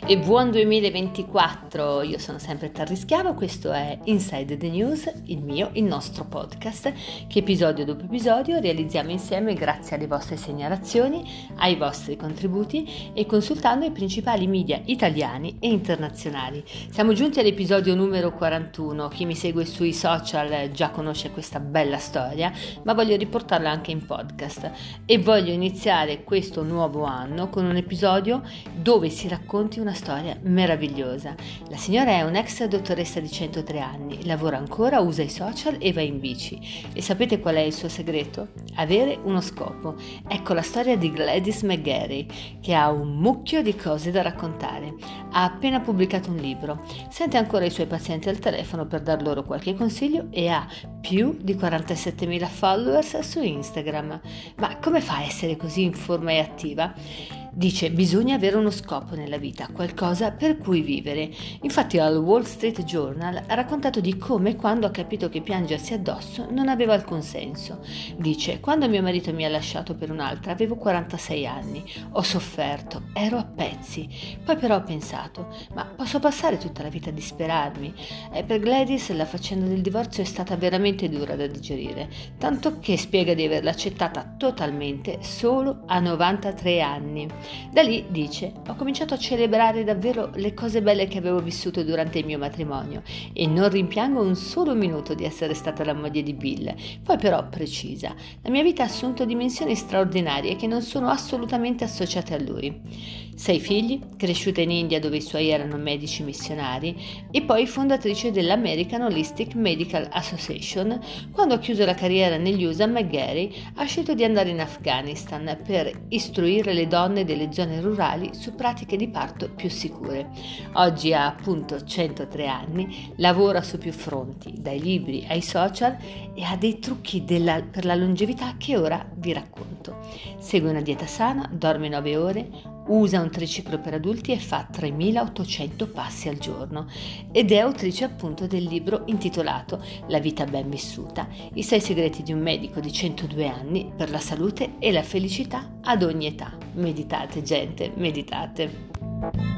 E buon 2024, io sono sempre Terry Schiavo, questo è Inside the News, il nostro podcast che episodio dopo episodio realizziamo insieme grazie alle vostre segnalazioni, ai vostri contributi e consultando i principali media italiani e internazionali. Siamo giunti all'episodio numero 41, chi mi segue sui social già conosce questa bella storia, ma voglio riportarla anche in podcast e voglio iniziare questo nuovo anno con un episodio dove si racconti una storia meravigliosa. La signora è un'ex dottoressa di 103 anni, lavora ancora, usa i social e va in bici. E sapete qual è il suo segreto? Avere uno scopo. Ecco la storia di Gladys McGarey, che ha un mucchio di cose da raccontare. Ha appena pubblicato un libro, sente ancora i suoi pazienti al telefono per dar loro qualche consiglio e ha più di 47.000 followers su Instagram. Ma come fa a essere così in forma e attiva? Dice, bisogna avere uno scopo nella vita, qualcosa per cui vivere. Infatti al Wall Street Journal ha raccontato di come quando ha capito che piangersi addosso non aveva alcun senso. Dice, quando mio marito mi ha lasciato per un'altra avevo 46 anni, ho sofferto, ero a pezzi. Poi però ho pensato, ma posso passare tutta la vita a disperarmi? Per Gladys la faccenda del divorzio è stata veramente dura da digerire, tanto che spiega di averla accettata totalmente solo a 93 anni. Da lì, dice, ho cominciato a celebrare davvero le cose belle che avevo vissuto durante il mio matrimonio e non rimpiango un solo minuto di essere stata la moglie di Bill. Poi però precisa, la mia vita ha assunto dimensioni straordinarie che non sono assolutamente associate a lui. 6 figli, cresciuta in India dove i suoi erano medici missionari e poi fondatrice dell'American Holistic Medical Association. Quando ha chiuso la carriera negli USA, McGarey ha scelto di andare in Afghanistan per istruire le donne delle zone rurali su pratiche di parto più sicure. Oggi ha appunto 103 anni, lavora su più fronti, dai libri ai social e ha dei trucchi per la longevità che ora vi racconto. Segue una dieta sana, dorme 9 ore, usa un triciclo per adulti e fa 3.800 passi al giorno ed è autrice appunto del libro intitolato La vita ben vissuta, i 6 segreti di un medico di 102 anni per la salute e la felicità ad ogni età. Meditate gente, meditate.